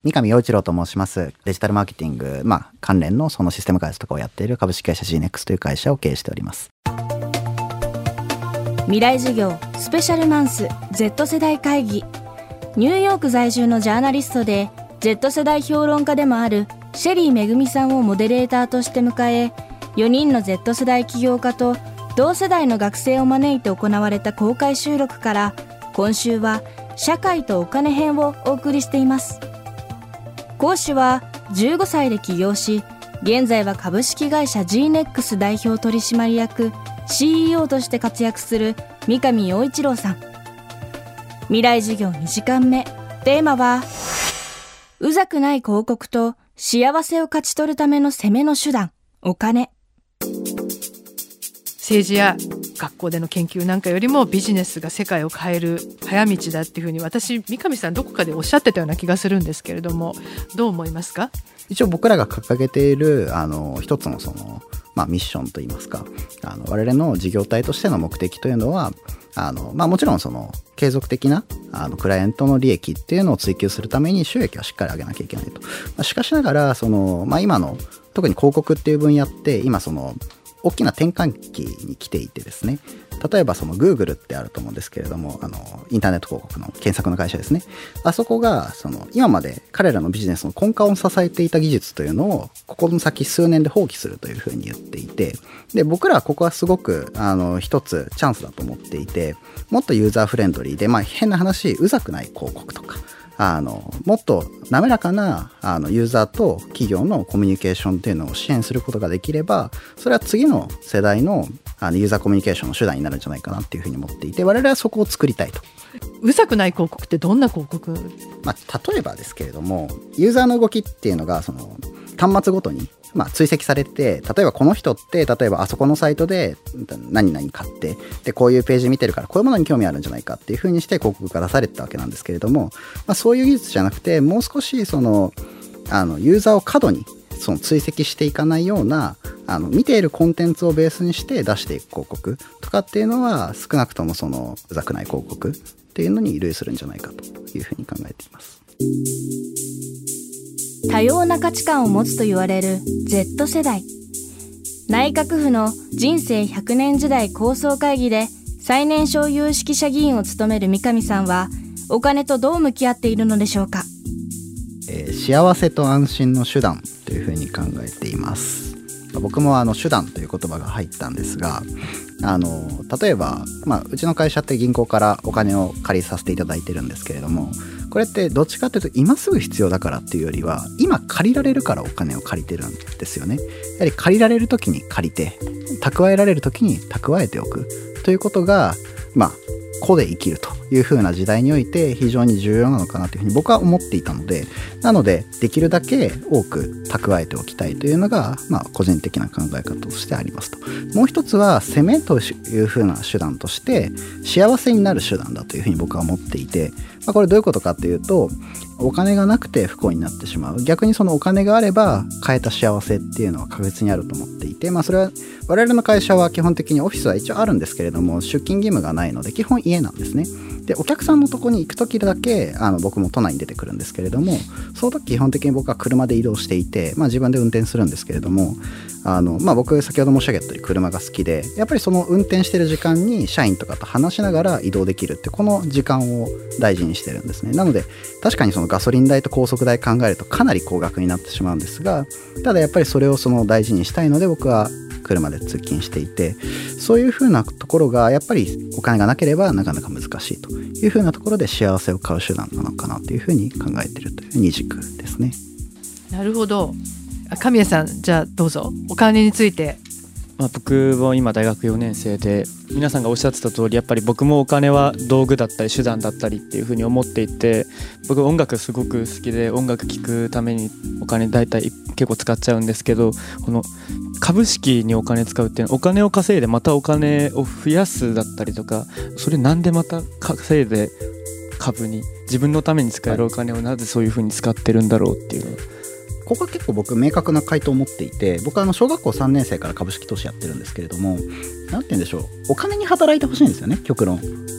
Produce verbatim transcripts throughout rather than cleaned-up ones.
三上陽一郎と申します。デジタルマーケティング、まあ、関連のそのシステム開発とかをやっている株式会社 ジーネックス という会社を経営しております。 未来授業スペシャルマンス Z 世代会議。ニューヨーク在住のジャーナリストで Z 世代評論家でもあるシェリーめぐみさんをモデレーターとして迎え、よにんの Z 世代起業家と同世代の学生を招いて行われた公開収録から、今週は社会とお金編をお送りしています。講師はじゅうごさいで起業し、現在は株式会社 ジーネックス 代表取締役 シーイーオー として活躍する三上陽一郎さん。未来授業にじかんめ、テーマはうざくない広告と幸せを勝ち取るための攻めの手段、お金。 政治や学校での研究なんかよりもビジネスが世界を変える早道だっていうふうに、私三上さんどこかでおっしゃってたような気がするんですけれども、どう思いますか？ 一応僕らが掲げているあの一つのその、まあ、ミッションといいますか、あの我々の事業体としての目的というのは、あの、まあ、もちろんその継続的なあのクライアントの利益っていうのを追求するために収益はしっかり上げなきゃいけないと。まあ、しかしながらその、まあ、今の特に広告っていう分野って今その大きな転換期に来ていてですね、例えばその Google ってあると思うんですけれども、あのインターネット広告の検索の会社ですね。あそこがその今まで彼らのビジネスの根幹を支えていた技術というのをここの先数年で放棄するというふうに言っていて、で僕らはここはすごくあの一つチャンスだと思っていて、もっとユーザーフレンドリーで、まあ、変な話うざくない広告とか、あのもっと滑らかなあのユーザーと企業のコミュニケーションっていうのを支援することができれば、それは次の世代のあのユーザーコミュニケーションの手段になるんじゃないかなっていうふうに思っていて、我々はそこを作りたいと。 うざくない広告ってどんな広告？ まあ、例えばですけれども、ユーザーの動きっていうのがその端末ごとにまあ追跡されて、例えばこの人って例えばあそこのサイトで何々買ってでこういうページ見てるからこういうものに興味あるんじゃないかっていうふうにして広告が出されてたわけなんですけれども、まあ、そういう技術じゃなくて、もう少しそのあのユーザーを過度にその追跡していかないような、あの見ているコンテンツをベースにして出していく広告とかっていうのは、少なくともそのうざくない広告っていうのに類するんじゃないかというふうに考えています。 多様な価値観を持つと言われる Z 世代。内閣府の人生ひゃくねん時代構想会議で最年少有識者議員を務める三上さんは、お金とどう向き合っているのでしょうか？ えー、幸せと安心の手段というふうに考えています。僕もあの手段という言葉が入ったんですが、あの例えば、まあ、うちの会社って銀行からお金を借りさせていただいてるんですけれども、これってどっちかというと今すぐ必要だからっていうよりは、今借りられるからお金を借りてるんですよね。やはり借りられる時に借りて、蓄えられる時に蓄えておくということが、まあ個で生きるという風な時代において非常に重要なのかなというふうに僕は思っていたので、なのでできるだけ多く蓄えておきたいというのが、まあ、個人的な考え方としてありますと。もう一つは攻めという風な手段として幸せになる手段だというふうに僕は思っていて、まあ、これどういうことかというと、お金がなくて不幸になってしまう、逆にそのお金があれば買えた幸せっていうのは確実にあると思っていて、まあ、それは我々の会社は基本的にオフィスは一応あるんですけれども、出勤義務がないので基本家なんですね。でお客さんのとこに行く時だけあの僕も都内に出てくるんですけれども、その時基本的に僕は車で移動していて、まあ、自分で運転するんですけれども、あの、まあ、僕先ほど申し上げた通り車が好きで、やっぱりその運転してる時間に社員とかと話しながら移動できるって、この時間を大事にしてるんですね。なので確かにそのガソリン代と高速代考えるとかなり高額になってしまうんですが、ただやっぱりそれをその大事にしたいので僕は車で通勤していて、そういう風なところがやっぱりお金がなければなかなか難しいという風なところで幸せを買う手段なのかなという風に考えているという二軸ですね。 なるほど。神谷さん、じゃあどうぞ。お金について。 まあ、僕も今大学よねん生で、皆さんがおっしゃってた通り、やっぱり僕もお金は道具だったり手段だったりっていう風に思っていて、僕音楽すごく好きで音楽聴くためにお金大体結構使っちゃうんですけど、この株式にお金使うっていうのは、お金を稼いでまたお金を増やすだったりとか、それなんでまた稼いで株に自分のために使えるお金をなぜそういう風に使ってるんだろうっていうのは、 ここは結構僕明確な回答を持っていて、僕はあの小学校さんねん生から株式投資やってるんですけれども、なんて言うんでしょう、お金に働いてほしいんですよね、極論。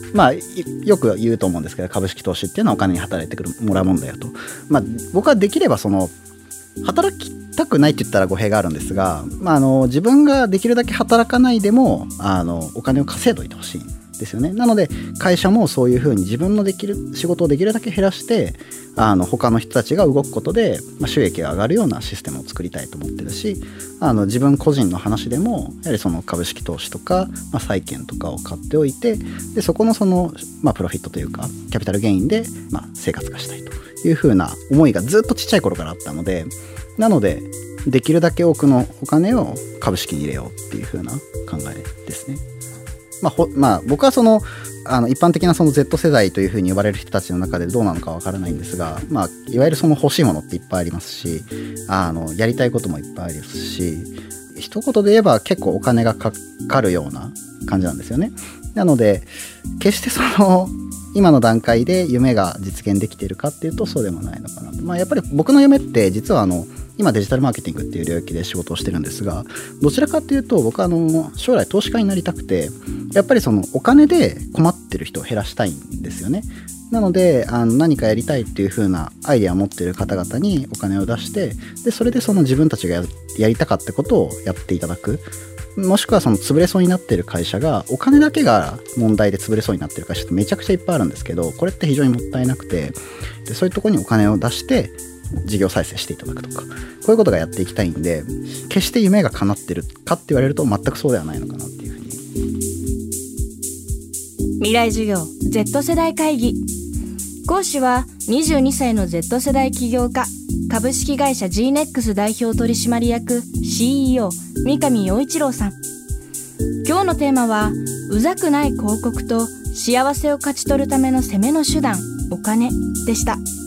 まあよく言うと思うんですけど、株式投資っていうのはお金に働いてくるもらうもんだよと。まあ僕はできればその働きたくないって言ったら語弊があるんですが、まあ、あの自分ができるだけ働かないでもあのお金を稼いでおいてほしいんですよね。なので会社もそういうふうに自分のできる仕事をできるだけ減らしてあの他の人たちが動くことで、まあ、収益が上がるようなシステムを作りたいと思ってるし、あの自分個人の話でもやはりその株式投資とか、まあ、債券とかを買っておいて、でそこのその、まあ、プロフィットというかキャピタルゲインで、まあ、生活がしたいというふうな思いがずっとちっちゃい頃からあったので、なのでできるだけ多くのお金を株式に入れようっていう風な考えですね。まあほまあ、僕はそのあの一般的なその Z 世代という風に呼ばれる人たちの中でどうなのかわからないんですが、まあ、いわゆるその欲しいものっていっぱいありますし、あのやりたいこともいっぱいありますし、一言で言えば結構お金がかかるような感じなんですよね。なので決してその今の段階で夢が実現できているかっていうとそうでもないのかなと。まあ、やっぱり僕の夢って実はあの今デジタルマーケティングっていう領域で仕事をしてるんですが、どちらかっていうと僕はあの将来投資家になりたくて、やっぱりそのお金で困ってる人を減らしたいんですよね。なのであの何かやりたいっていう風なアイデアを持っている方々にお金を出して、でそれでその自分たちが や, やりたかったことをやっていただく、もしくはその潰れそうになっている会社がお金だけが問題で潰れそうになっている会社ってめちゃくちゃいっぱいあるんですけど、これって非常にもったいなくて、でそういうところにお金を出して事業再生していただくとか、こういうことがやっていきたいんで、決して夢が叶ってるかって言われると全くそうではないのかなっていうふうに。 未来授業 Z 世代会議、講師はにじゅうにさいの Z 世代起業家、株式会社 ジーネックス 代表取締役 シーイーオー 三上洋一郎さん。今日のテーマはうざくない広告と幸せを勝ち取るための攻めの手段、お金でした。